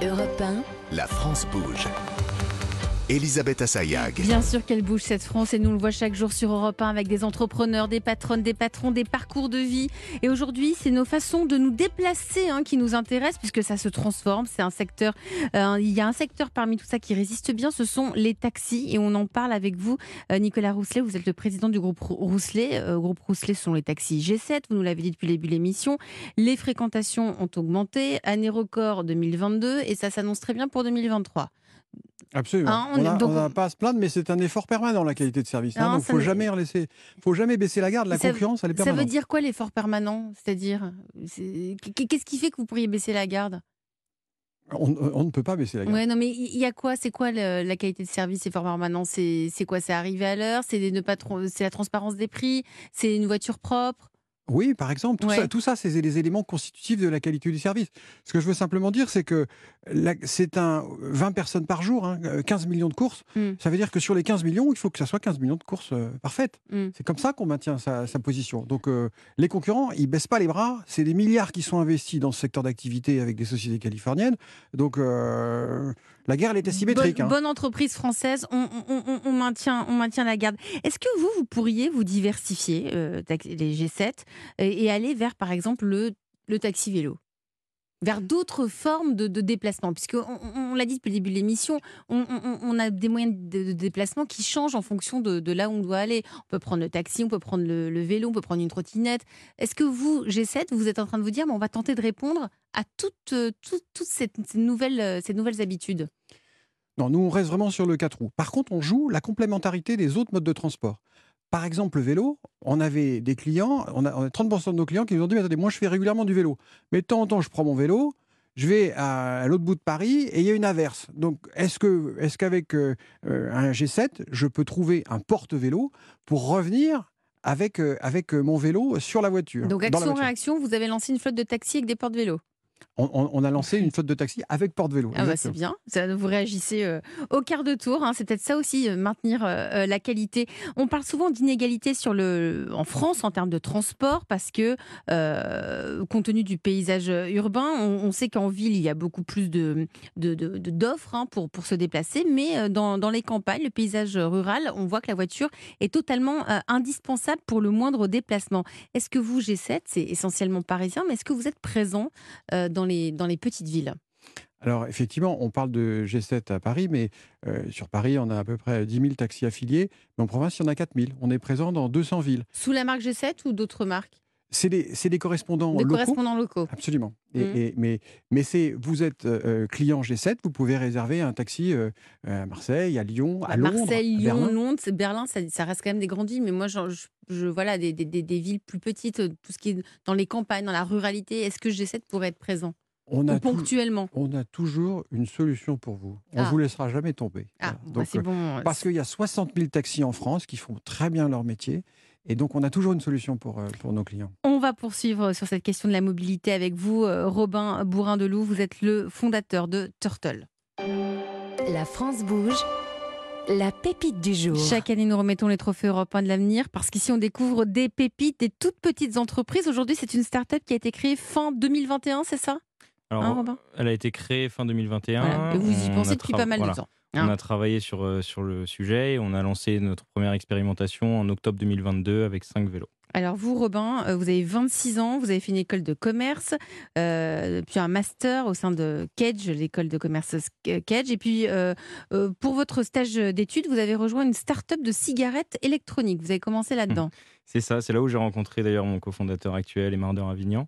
Europe 1, La France bouge. Elisabeth Assayag. Bien sûr qu'elle bouge cette France et nous le voit chaque jour sur Europe 1 avec des entrepreneurs, des patronnes, des patrons, des parcours de vie. Et aujourd'hui, c'est nos façons de nous déplacer qui nous intéressent puisque ça se transforme. C'est un secteur, il y a un secteur parmi tout ça qui résiste bien, ce sont les taxis et on en parle avec vous. Nicolas Rousselet, vous êtes le président du groupe Rousselet. Groupe Rousselet, ce sont les taxis G7, vous nous l'avez dit depuis le début de l'émission. Les fréquentations ont augmenté, année record 2022 et ça s'annonce très bien pour 2023. Absolument. On n'a pas à se plaindre, mais c'est un effort permanent, la qualité de service. Donc, il ne faut jamais baisser la garde. La concurrence, elle est permanente. Ça veut dire quoi, l'effort permanent ? C'est-à-dire, qu'est-ce qui fait que vous pourriez baisser la garde ? On ne peut pas baisser la garde. Ouais, non, mais il y a quoi ? C'est quoi la qualité de service, l'effort permanent ? C'est quoi ? C'est arriver à l'heure ? C'est la transparence des prix ? C'est une voiture propre ? Oui, par exemple, tout ça, c'est les éléments constitutifs de la qualité du service. Ce que je veux simplement dire, c'est que c'est 20 personnes par jour, 15 millions de courses. Ça veut dire que sur les 15 millions, il faut que ça soit 15 millions de courses parfaites. C'est comme ça qu'on maintient sa position. Donc les concurrents, ils ne baissent pas les bras. C'est des milliards qui sont investis dans ce secteur d'activité avec des sociétés californiennes. Donc la guerre, elle est asymétrique. Bonne entreprise française, on maintient la garde. Est-ce que vous pourriez vous diversifier, les G7, et aller vers, par exemple, le taxi-vélo, vers d'autres formes de déplacement, puisqu'on l'a dit depuis le début de l'émission, on a des moyens de déplacement qui changent en fonction de là où on doit aller. On peut prendre le taxi, on peut prendre le vélo, on peut prendre une trottinette. Est-ce que vous, G7, vous êtes en train de vous dire on va tenter de répondre à toutes ces nouvelles habitudes ? Non, nous on reste vraiment sur le 4 roues. Par contre, on joue la complémentarité des autres modes de transport. Par exemple, le vélo, on avait des clients, on a 30% de nos clients qui nous ont dit « Attendez, moi je fais régulièrement du vélo, mais de temps en temps je prends mon vélo, je vais à l'autre bout de Paris et il y a une averse. Donc est-ce qu'avec un G7, je peux trouver un porte-vélo pour revenir avec mon vélo sur la voiture ?» Donc action-réaction, vous avez lancé une flotte de taxis avec des porte-vélos ? On a lancé une flotte de taxis avec porte-vélo. C'est bien, vous réagissez au quart de tour, c'est peut-être ça aussi, maintenir la qualité. On parle souvent d'inégalité en France en termes de transport parce que compte tenu du paysage urbain, on sait qu'en ville il y a beaucoup plus d'offres pour se déplacer, mais dans les campagnes, le paysage rural, on voit que la voiture est totalement indispensable pour le moindre déplacement. Est-ce que vous, G7, c'est essentiellement parisien, mais est-ce que vous êtes présent dans les petites villes ? Alors, effectivement, on parle de G7 à Paris, mais sur Paris, on a à peu près 10 000 taxis affiliés. Mais en province, il y en a 4 000. On est présent dans 200 villes. Sous la marque G7 ou d'autres marques ? C'est des correspondants locaux. Des correspondants locaux. Absolument. Mais vous êtes client G7, vous pouvez réserver un taxi à Marseille, à Lyon, à Londres. Marseille, Lyon, Londres, Berlin, ça reste quand même des grandes villes. Mais moi, voilà, des villes plus petites, tout ce qui est dans les campagnes, dans la ruralité. Est-ce que G7 pourrait être présent ? Ponctuellement. On a toujours une solution pour vous. On ne vous laissera jamais tomber. Donc, c'est bon. Parce qu'il y a 60 000 taxis en France qui font très bien leur métier. Et donc, on a toujours une solution pour nos clients. On va poursuivre sur cette question de la mobilité avec vous, Robin Bourrin-Deloup. Vous êtes le fondateur de Turtle. La France bouge. La pépite du jour. Chaque année, nous remettons les trophées européens de l'avenir parce qu'ici, on découvre des pépites, des toutes petites entreprises. Aujourd'hui, c'est une start-up qui a été créée fin 2021, c'est ça ? Alors, Robin ? Elle a été créée fin 2021. Voilà. Et vous y pensez depuis pas mal de temps. On a travaillé sur le sujet et on a lancé notre première expérimentation en octobre 2022 avec 5 vélos. Alors vous, Robin, vous avez 26 ans, vous avez fait une école de commerce, puis un master au sein de Kedge, l'école de commerce Kedge. Et puis, pour votre stage d'études, vous avez rejoint une start-up de cigarettes électroniques. Vous avez commencé là-dedans. C'est ça, c'est là où j'ai rencontré d'ailleurs mon cofondateur actuel, Émard de Ravignan.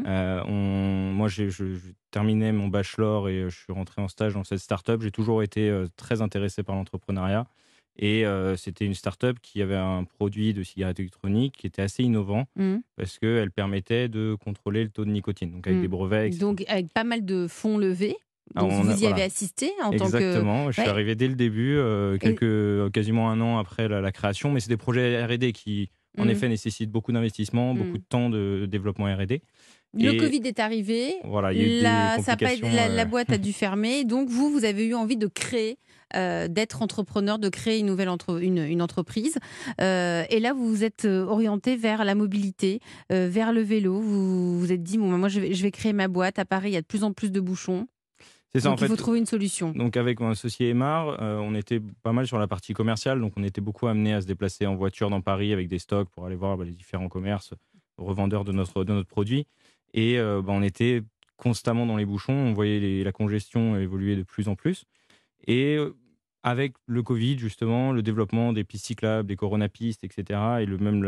Moi, je terminais mon bachelor et je suis rentré en stage dans cette start-up. J'ai toujours été très intéressé par l'entrepreneuriat. Et c'était une start-up qui avait un produit de cigarette électronique qui était assez innovant parce qu'elle permettait de contrôler le tôt de nicotine, donc avec des brevets, etc. Donc avec pas mal de fonds levés. Donc vous y avez assisté en tant que... Exactement, je suis arrivé dès le début, quasiment un an après la création, mais c'est des projets R&D qui, en effet, nécessitent beaucoup d'investissement, beaucoup de temps de développement R&D. Le Covid est arrivé, voilà, il y a eu des complications, la boîte a dû fermer, donc vous avez eu envie de créer, d'être entrepreneur, de créer une entreprise. Et là, vous vous êtes orienté vers la mobilité, vers le vélo. Vous vous êtes dit, bon, moi, je vais créer ma boîte. À Paris, il y a de plus en plus de bouchons. C'est ça, Donc, il faut trouver une solution. Donc avec mon associé Aymar, on était pas mal sur la partie commerciale, donc on était beaucoup amené à se déplacer en voiture dans Paris avec des stocks pour aller voir les différents commerces, revendeurs de notre produit. Et on était constamment dans les bouchons, on voyait la congestion évoluer de plus en plus. Et avec le Covid, justement, le développement des pistes cyclables, des coronapistes, etc., et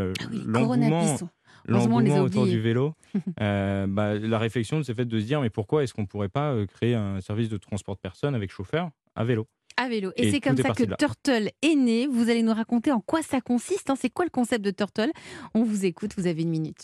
l'engouement autour du vélo, la réflexion s'est faite de se dire, mais pourquoi est-ce qu'on ne pourrait pas créer un service de transport de personnes avec chauffeur à vélo ? À vélo. Et c'est comme ça que Turtle est né. Vous allez nous raconter en quoi ça consiste. C'est quoi le concept de Turtle ? On vous écoute, vous avez 1 minute.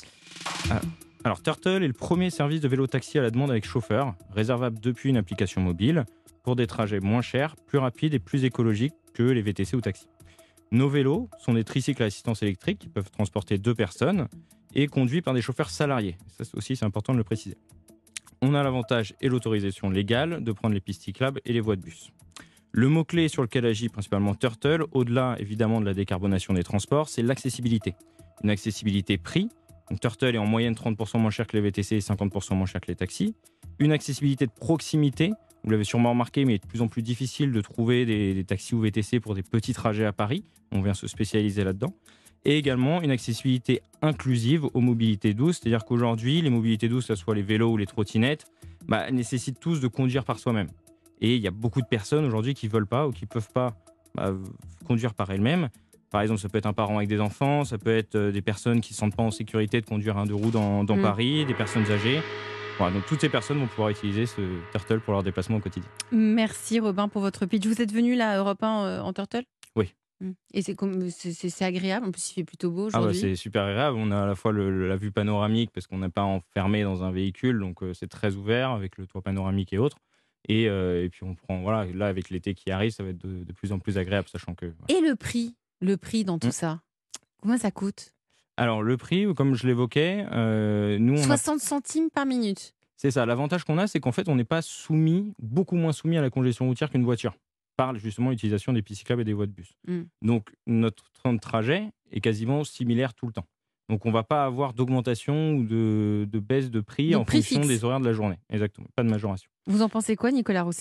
Alors, Turtle est le premier service de vélo-taxi à la demande avec chauffeur, réservable depuis une application mobile, pour des trajets moins chers, plus rapides et plus écologiques que les VTC ou taxis. Nos vélos sont des tricycles à assistance électrique qui peuvent transporter 2 personnes et conduits par des chauffeurs salariés. Ça aussi, c'est important de le préciser. On a l'avantage et l'autorisation légale de prendre les pistes cyclables et les voies de bus. Le mot-clé sur lequel agit principalement Turtle, au-delà évidemment de la décarbonation des transports, c'est l'accessibilité. Une accessibilité prix. Donc, Turtle est en moyenne 30% moins cher que les VTC et 50% moins cher que les taxis. Une accessibilité de proximité. Vous l'avez sûrement remarqué, mais il est de plus en plus difficile de trouver des taxis ou VTC pour des petits trajets à Paris. On vient se spécialiser là-dedans. Et également une accessibilité inclusive aux mobilités douces. C'est-à-dire qu'aujourd'hui, les mobilités douces, que ce soit les vélos ou les trottinettes, nécessitent tous de conduire par soi-même. Et il y a beaucoup de personnes aujourd'hui qui ne veulent pas ou qui ne peuvent pas conduire par elles-mêmes. Par exemple, ça peut être un parent avec des enfants, ça peut être des personnes qui ne se sentent pas en sécurité de conduire un 2 roues dans Paris, des personnes âgées. Voilà, donc toutes ces personnes vont pouvoir utiliser ce Turtle pour leur déplacement au quotidien. Merci Robin pour votre pitch. Vous êtes venu là à Europe 1 en Turtle ? Oui. Et c'est agréable, en plus il fait plutôt beau aujourd'hui. C'est super agréable, on a à la fois la vue panoramique parce qu'on n'est pas enfermé dans un véhicule, donc c'est très ouvert avec le toit panoramique et autres. Et puis on prend, là avec l'été qui arrive, ça va être de plus en plus agréable, sachant que... Et le prix dans tout ça, combien ça coûte ? Alors le prix, comme je l'évoquais, nous... 60 centimes par minute. C'est ça, l'avantage qu'on a, c'est qu'en fait on n'est pas beaucoup moins soumis à la congestion routière qu'une voiture, par justement l'utilisation des pistes cyclables et des voies de bus. Donc notre temps de trajet est quasiment similaire tout le temps. Donc on ne va pas avoir d'augmentation ou de baisse de prix en fonction des horaires de la journée. Exactement, pas de majoration. Vous en pensez quoi, Nicolas Rousselet ?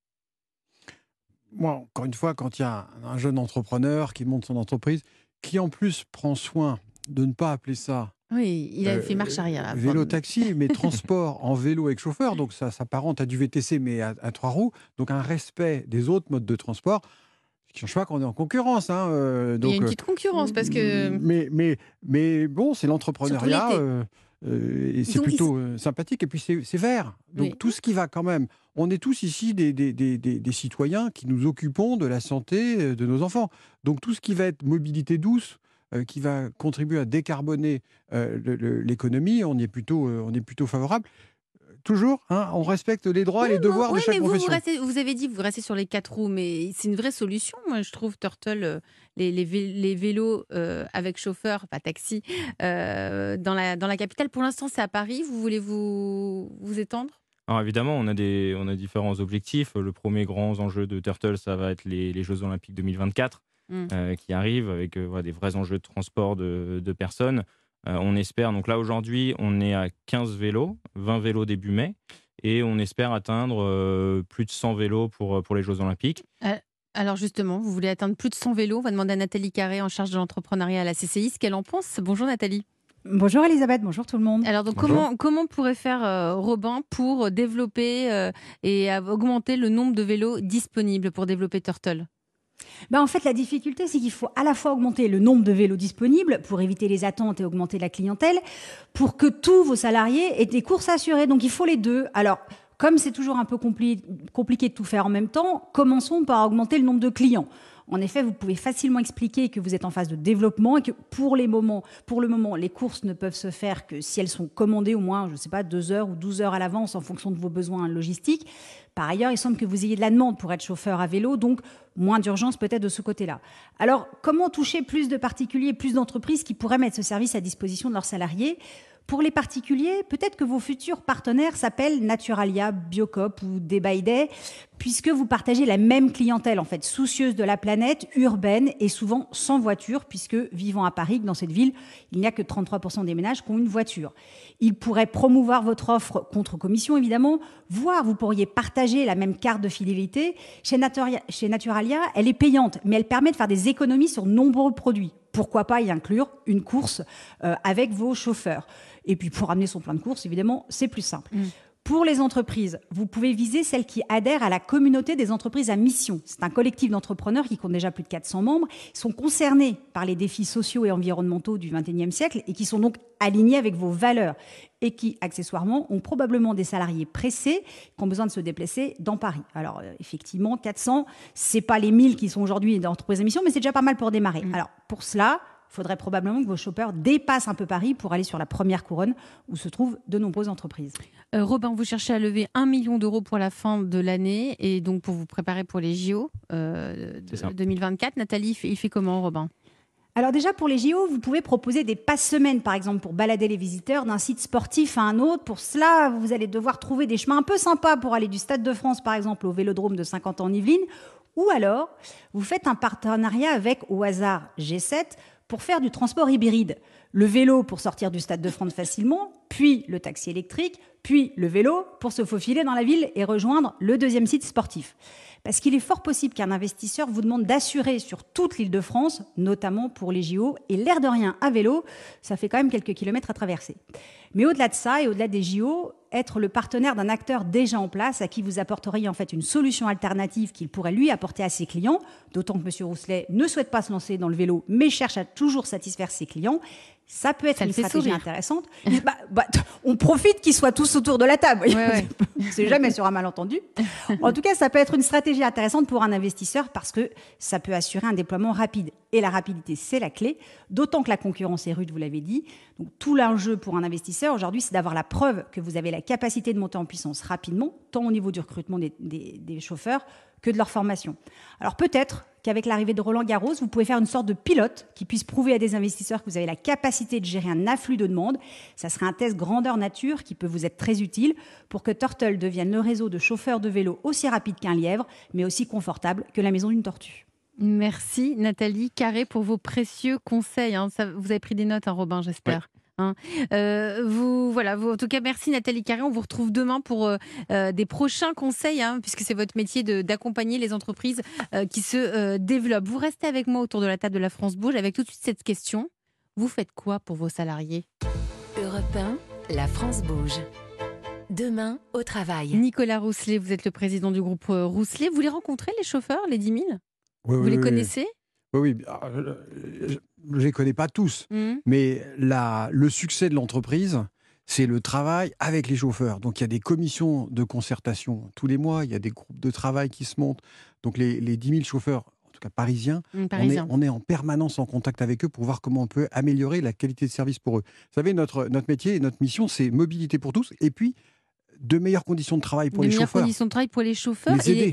Moi, encore une fois, quand il y a un jeune entrepreneur qui monte son entreprise, qui en plus prend soin de ne pas appeler ça... Oui, il a fait marche arrière. Là, vélo-taxi, mais transport en vélo avec chauffeur, donc ça s'apparente à du VTC, mais à 3 roues. Donc un respect des autres modes de transport. Je ne change pas qu'on est en concurrence. Donc, il y a une petite concurrence parce que... Mais bon, c'est l'entrepreneuriat. Et c'est plutôt sympathique. Et puis c'est vert. Donc tout ce qui va quand même... On est tous ici des citoyens qui nous occupons de la santé de nos enfants. Donc tout ce qui va être mobilité douce, qui va contribuer à décarboner l'économie, on est plutôt favorable. Toujours, on respecte les droits et les devoirs de chaque profession. Vous avez dit que vous restez sur les 4 roues, mais c'est une vraie solution. Moi, je trouve Turtle, les vélos avec chauffeur, pas taxi, dans la capitale. Pour l'instant, c'est à Paris. Vous voulez vous étendre ? Alors évidemment, on a différents objectifs. Le premier grand enjeu de Turtle, ça va être les Jeux Olympiques 2024 qui arrivent avec des vrais enjeux de transport de personnes. On espère, donc là aujourd'hui, on est à 15 vélos, 20 vélos début mai, et on espère atteindre plus de 100 vélos pour les Jeux Olympiques. Alors justement, vous voulez atteindre plus de 100 vélos. On va demander à Nathalie Carré, en charge de l'entrepreneuriat à la CCI, ce qu'elle en pense. Bonjour Nathalie. Bonjour Elisabeth, bonjour tout le monde. Alors donc comment pourrait faire Robin pour développer et augmenter le nombre de vélos disponibles pour développer Turtle ? En fait, la difficulté, c'est qu'il faut à la fois augmenter le nombre de vélos disponibles pour éviter les attentes et augmenter la clientèle, pour que tous vos salariés aient des courses assurées. Donc, il faut les deux. Alors, comme c'est toujours un peu compliqué de tout faire en même temps, commençons par augmenter le nombre de clients. En effet, vous pouvez facilement expliquer que vous êtes en phase de développement et que pour le moment, les courses ne peuvent se faire que si elles sont commandées au moins, 2 heures ou 12 heures à l'avance en fonction de vos besoins logistiques. Par ailleurs, il semble que vous ayez de la demande pour être chauffeur à vélo, donc moins d'urgence peut-être de ce côté-là. Alors, comment toucher plus de particuliers, plus d'entreprises qui pourraient mettre ce service à disposition de leurs salariés ? Pour les particuliers, peut-être que vos futurs partenaires s'appellent Naturalia, Biocop ou Day by Day, puisque vous partagez la même clientèle, en fait, soucieuse de la planète, urbaine et souvent sans voiture, puisque vivant à Paris, dans cette ville, il n'y a que 33% des ménages qui ont une voiture. Ils pourraient promouvoir votre offre contre commission, évidemment, voire vous pourriez partager la même carte de fidélité. Chez Naturalia, elle est payante, mais elle permet de faire des économies sur nombreux produits. Pourquoi pas y inclure une course avec vos chauffeurs. Et puis pour amener son plein de courses, évidemment, c'est plus simple. Pour les entreprises, vous pouvez viser celles qui adhèrent à la communauté des entreprises à mission. C'est un collectif d'entrepreneurs qui compte déjà plus de 400 membres. Ils sont concernés par les défis sociaux et environnementaux du XXIe siècle et qui sont donc alignés avec vos valeurs et qui, accessoirement, ont probablement des salariés pressés qui ont besoin de se déplacer dans Paris. Alors, effectivement, 400, c'est pas les 1000 qui sont aujourd'hui d'entreprises à mission, mais c'est déjà pas mal pour démarrer. Alors, pour cela, il faudrait probablement que vos shoppers dépassent un peu Paris pour aller sur la première couronne où se trouvent de nombreuses entreprises. Robin, vous cherchez à lever 1 million d'euros pour la fin de l'année et donc pour vous préparer pour les JO 2024. Nathalie, il fait comment, Robin ? Alors déjà, pour les JO, vous pouvez proposer des passes-semaines, par exemple, pour balader les visiteurs d'un site sportif à un autre. Pour cela, vous allez devoir trouver des chemins un peu sympas pour aller du Stade de France, par exemple, au Vélodrome de Saint-Quentin-en-Yvelines. Ou alors, vous faites un partenariat avec, au hasard, G7, pour faire du transport hybride. Le vélo pour sortir du Stade de France facilement, puis le taxi électrique, puis le vélo pour se faufiler dans la ville et rejoindre le deuxième site sportif. Parce qu'il est fort possible qu'un investisseur vous demande d'assurer sur toute l'Île-de-France, notamment pour les JO, et l'air de rien, à vélo, ça fait quand même quelques kilomètres à traverser. Mais au-delà de ça et au-delà des JO, être le partenaire d'un acteur déjà en place à qui vous apporteriez en fait une solution alternative qu'il pourrait lui apporter à ses clients, d'autant que M. Rousselet ne souhaite pas se lancer dans le vélo, mais cherche à toujours satisfaire ses clients, ça peut être une stratégie intéressante. On profite qu'ils soient tous autour de la table. Ouais. C'est jamais sur un malentendu. En tout cas, ça peut être une stratégie intéressante pour un investisseur parce que ça peut assurer un déploiement rapide. Et la rapidité, c'est la clé, d'autant que la concurrence est rude, vous l'avez dit. Donc, tout l'enjeu pour un investisseur aujourd'hui, c'est d'avoir la preuve que vous avez la capacité de monter en puissance rapidement, tant au niveau du recrutement des chauffeurs que de leur formation. Alors peut-être qu'avec l'arrivée de Roland Garros, vous pouvez faire une sorte de pilote qui puisse prouver à des investisseurs que vous avez la capacité de gérer un afflux de demandes. Ça serait un test grandeur nature qui peut vous être très utile pour que Turtle devienne le réseau de chauffeurs de vélo aussi rapide qu'un lièvre, mais aussi confortable que la maison d'une tortue. Merci Nathalie Carré pour vos précieux conseils. Vous avez pris des notes, Robin, j'espère. Ouais. En tout cas, merci Nathalie Carré. On vous retrouve demain pour des prochains conseils, puisque c'est votre métier d'accompagner les entreprises qui se développent. Vous restez avec moi autour de la table de la France Bouge avec tout de suite cette question. Vous faites quoi pour vos salariés ? Europe 1, la France Bouge. Demain, au travail. Nicolas Rousselet, vous êtes le président du groupe Rousselet. Vous les rencontrez, les chauffeurs, les 10 000 ? Vous les connaissez ? Oui. Je ne les connais pas tous, mais le succès de l'entreprise, c'est le travail avec les chauffeurs. Donc il y a des commissions de concertation tous les mois, il y a des groupes de travail qui se montent. Donc les 10 000 chauffeurs, en tout cas parisiens, on est en permanence en contact avec eux pour voir comment on peut améliorer la qualité de service pour eux. Vous savez, notre métier et notre mission, c'est mobilité pour tous, et puis de meilleures conditions de travail pour les chauffeurs. De meilleures conditions de travail pour les chauffeurs.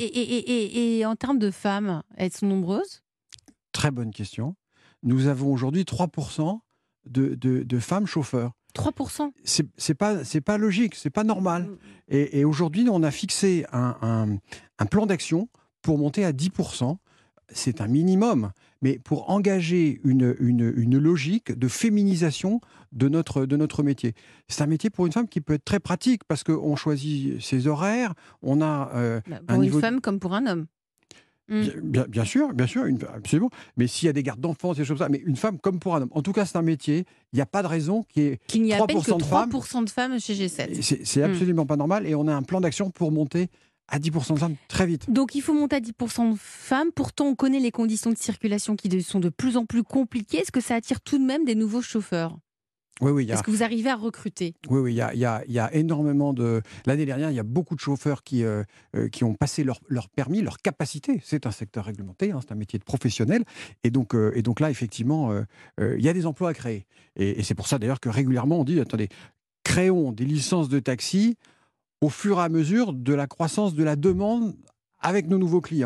Et en termes de femmes, elles sont nombreuses ? Très bonne question. Nous avons aujourd'hui 3% de femmes chauffeurs. 3% ? C'est pas logique, c'est pas normal. Et aujourd'hui, on a fixé un plan d'action pour monter à 10%. C'est un minimum, mais pour engager une logique de féminisation de notre métier. C'est un métier pour une femme qui peut être très pratique parce qu'on choisit ses horaires, on a pour une femme comme pour un homme. Bien sûr, absolument. Mais s'il y a des gardes d'enfants, c'est comme ça. Mais une femme comme pour un homme. En tout cas, c'est un métier. Il n'y a pas de raison qu'il n'y ait à peine que 3% de femmes chez G7. C'est absolument pas normal. Et on a un plan d'action pour monter à 10% de femmes très vite. Donc il faut monter à 10% de femmes. Pourtant, on connaît les conditions de circulation qui sont de plus en plus compliquées. Est-ce que ça attire tout de même des nouveaux chauffeurs ? Oui. Est-ce que vous arrivez à recruter ? Oui, il y a énormément de... L'année dernière, il y a beaucoup de chauffeurs qui ont passé leur permis, leur capacité. C'est un secteur réglementé, c'est un métier de professionnel. Et donc là, effectivement, il y a des emplois à créer. Et c'est pour ça, d'ailleurs, que régulièrement, on dit, attendez, créons des licences de taxi au fur et à mesure de la croissance de la demande avec nos nouveaux clients.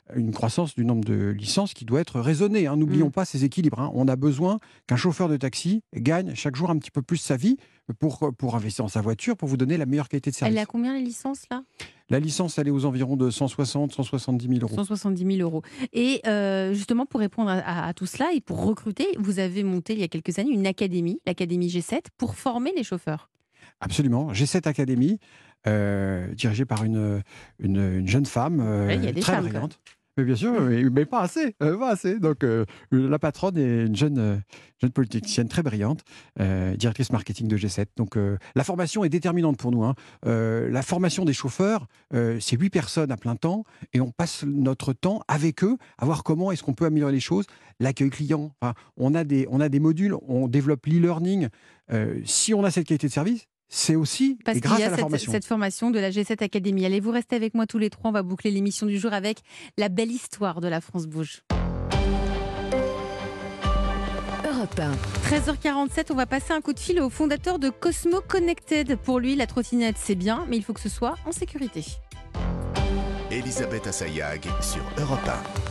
une croissance du nombre de licences qui doit être raisonnée. N'oublions pas ces équilibres. On a besoin qu'un chauffeur de taxi gagne chaque jour un petit peu plus sa vie pour investir dans sa voiture, pour vous donner la meilleure qualité de service. Elle est à combien les licences là ? La licence, elle est aux environs de 160, 170 000 euros. 170 000 euros. Et justement, pour répondre à tout cela et pour recruter, vous avez monté il y a quelques années une académie, l'académie G7, pour former les chauffeurs. Absolument. G7 Academy, dirigée par une jeune femme il y a des très femmes, brillante. Mais bien sûr, mais pas assez, pas assez. Donc, la patronne est une jeune politicienne très brillante, directrice marketing de G7. Donc, la formation est déterminante pour nous. La formation des chauffeurs, c'est 8 personnes à plein temps, et on passe notre temps avec eux à voir comment est-ce qu'on peut améliorer les choses. L'accueil client, on a des modules, on développe l'e-learning. Si on a cette qualité de service, c'est aussi parce grâce qu'il y à la a formation. cette formation de la G7 Academy. Allez, vous restez avec moi tous les trois. On va boucler l'émission du jour avec la belle histoire de la France Bouge. Europe 1. 13h47, on va passer un coup de fil au fondateur de Cosmo Connected. Pour lui, la trottinette, c'est bien, mais il faut que ce soit en sécurité. Elisabeth Assayag sur Europe 1.